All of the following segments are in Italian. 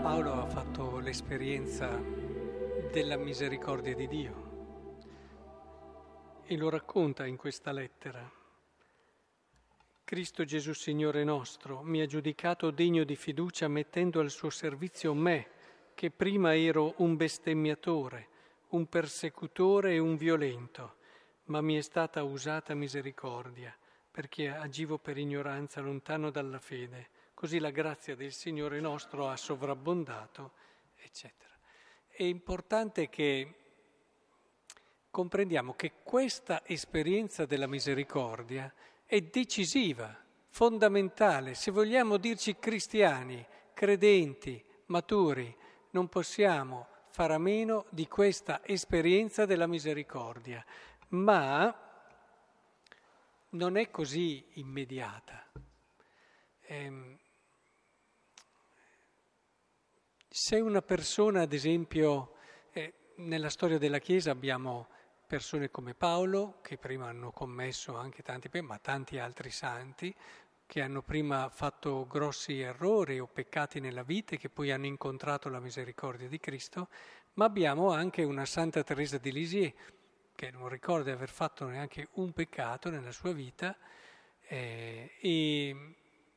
Paolo ha fatto l'esperienza della misericordia di Dio e lo racconta in questa lettera. Cristo Gesù Signore nostro mi ha giudicato degno di fiducia mettendo al suo servizio me, che prima ero un bestemmiatore, un persecutore e un violento, ma mi è stata usata misericordia, perché agivo per ignoranza lontano dalla fede. Così la grazia del Signore nostro ha sovrabbondato, eccetera. È importante che comprendiamo che questa esperienza della misericordia è decisiva, fondamentale. Se vogliamo dirci cristiani, credenti, maturi, non possiamo fare a meno di questa esperienza della misericordia, ma non è così immediata. Se una persona, ad esempio, nella storia della Chiesa abbiamo persone come Paolo, che prima hanno commesso anche ma tanti altri santi, che hanno prima fatto grossi errori o peccati nella vita e che poi hanno incontrato la misericordia di Cristo, ma abbiamo anche una Santa Teresa di Lisieux, che non ricorda di aver fatto neanche un peccato nella sua vita, e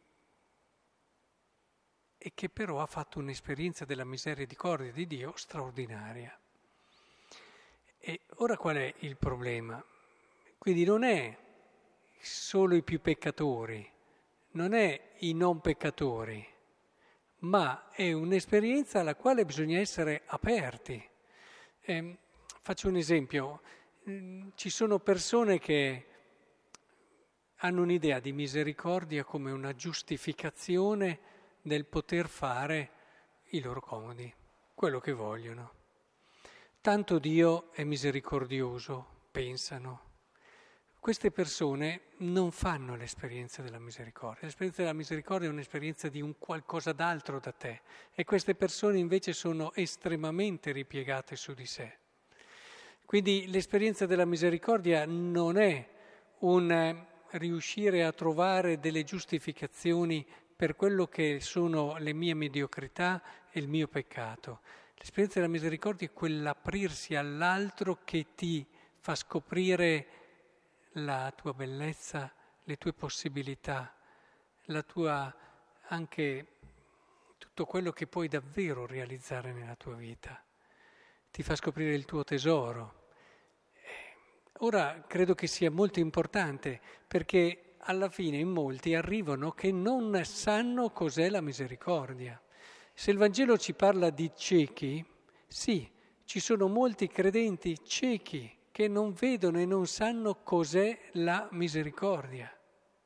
che però ha fatto un'esperienza della misericordia di Dio straordinaria. E ora qual è il problema? Quindi non è solo i più peccatori, non è i non peccatori, ma è un'esperienza alla quale bisogna essere aperti. Faccio un esempio, ci sono persone che hanno un'idea di misericordia come una giustificazione del poter fare i loro comodi, quello che vogliono. Tanto Dio è misericordioso, pensano. Queste persone non fanno l'esperienza della misericordia. L'esperienza della misericordia è un'esperienza di un qualcosa d'altro da te e queste persone invece sono estremamente ripiegate su di sé. Quindi l'esperienza della misericordia non è un riuscire a trovare delle giustificazioni per quello che sono le mie mediocrità e il mio peccato. L'esperienza della misericordia è quell'aprirsi all'altro che ti fa scoprire la tua bellezza, le tue possibilità, la tua anche tutto quello che puoi davvero realizzare nella tua vita. Ti fa scoprire il tuo tesoro. Ora credo che sia molto importante perché alla fine in molti arrivano che non sanno cos'è la misericordia. Se il Vangelo ci parla di ciechi, sì, ci sono molti credenti ciechi che non vedono e non sanno cos'è la misericordia.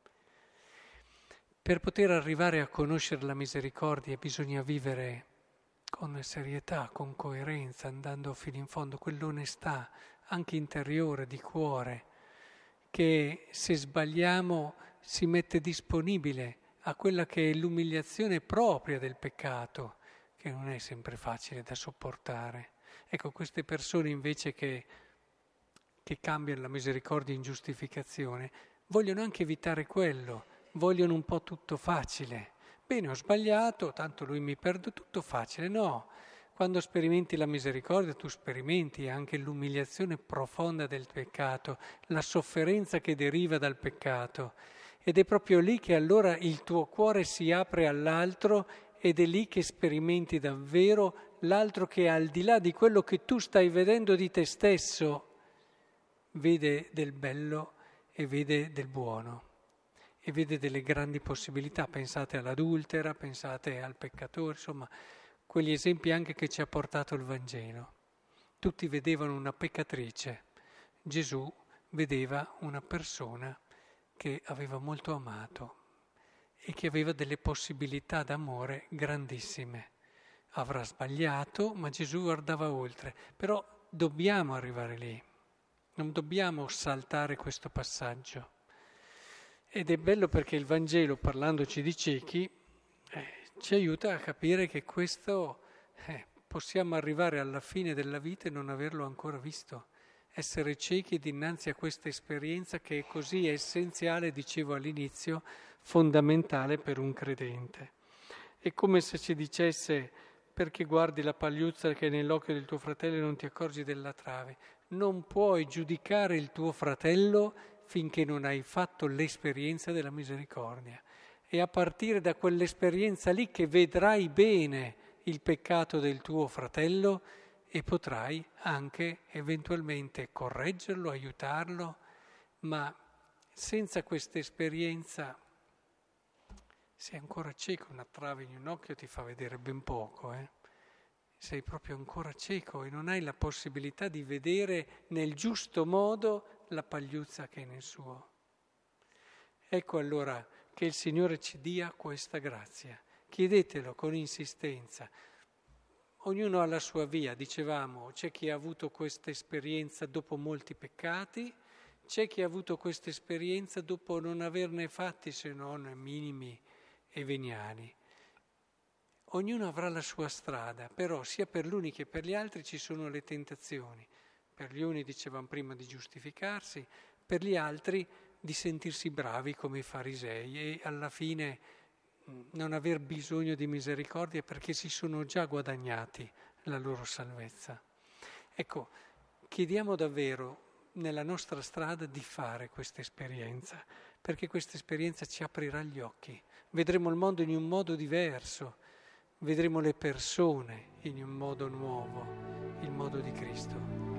Per poter arrivare a conoscere la misericordia bisogna vivere con serietà, con coerenza, andando fino in fondo, quell'onestà anche interiore, di cuore, che se sbagliamo si mette disponibile a quella che è l'umiliazione propria del peccato, che non è sempre facile da sopportare. Ecco, queste persone invece che cambiano la misericordia in giustificazione, vogliono anche evitare quello, vogliono un po' tutto facile. Bene, ho sbagliato, tanto lui mi perde, tutto facile. No, quando sperimenti la misericordia tu sperimenti anche l'umiliazione profonda del peccato, la sofferenza che deriva dal peccato. Ed è proprio lì che allora il tuo cuore si apre all'altro ed è lì che sperimenti davvero l'altro che al di là di quello che tu stai vedendo di te stesso, vede del bello e vede del buono e vede delle grandi possibilità. Pensate all'adultera, pensate al peccatore, insomma, quegli esempi anche che ci ha portato il Vangelo. Tutti vedevano una peccatrice, Gesù vedeva una persona che aveva molto amato e che aveva delle possibilità d'amore grandissime. Avrà sbagliato, ma Gesù guardava oltre. Però dobbiamo arrivare lì, non dobbiamo saltare questo passaggio. Ed è bello perché il Vangelo, parlandoci di ciechi, ci aiuta a capire che questo possiamo arrivare alla fine della vita e non averlo ancora visto. Essere ciechi dinanzi a questa esperienza che è così essenziale, dicevo all'inizio, fondamentale per un credente. È come se ci dicesse perché guardi la pagliuzza che è nell'occhio del tuo fratello e non ti accorgi della trave. Non puoi giudicare il tuo fratello finché non hai fatto l'esperienza della misericordia. È a partire da quell'esperienza lì che vedrai bene il peccato del tuo fratello e potrai anche eventualmente correggerlo, aiutarlo, ma senza questa esperienza sei ancora cieco, una trave in un occhio ti fa vedere ben poco, Sei proprio ancora cieco e non hai la possibilità di vedere nel giusto modo la pagliuzza che è nel suo. Ecco allora che il Signore ci dia questa grazia. Chiedetelo con insistenza. Ognuno ha la sua via, dicevamo, c'è chi ha avuto questa esperienza dopo molti peccati, c'è chi ha avuto questa esperienza dopo non averne fatti se non minimi e veniali. Ognuno avrà la sua strada, però sia per gli uni che per gli altri ci sono le tentazioni. Per gli uni dicevamo prima di giustificarsi, per gli altri di sentirsi bravi come i farisei e alla fine non aver bisogno di misericordia perché si sono già guadagnati la loro salvezza. Ecco, chiediamo davvero nella nostra strada di fare questa esperienza, perché questa esperienza ci aprirà gli occhi. Vedremo il mondo in un modo diverso, vedremo le persone in un modo nuovo, il modo di Cristo.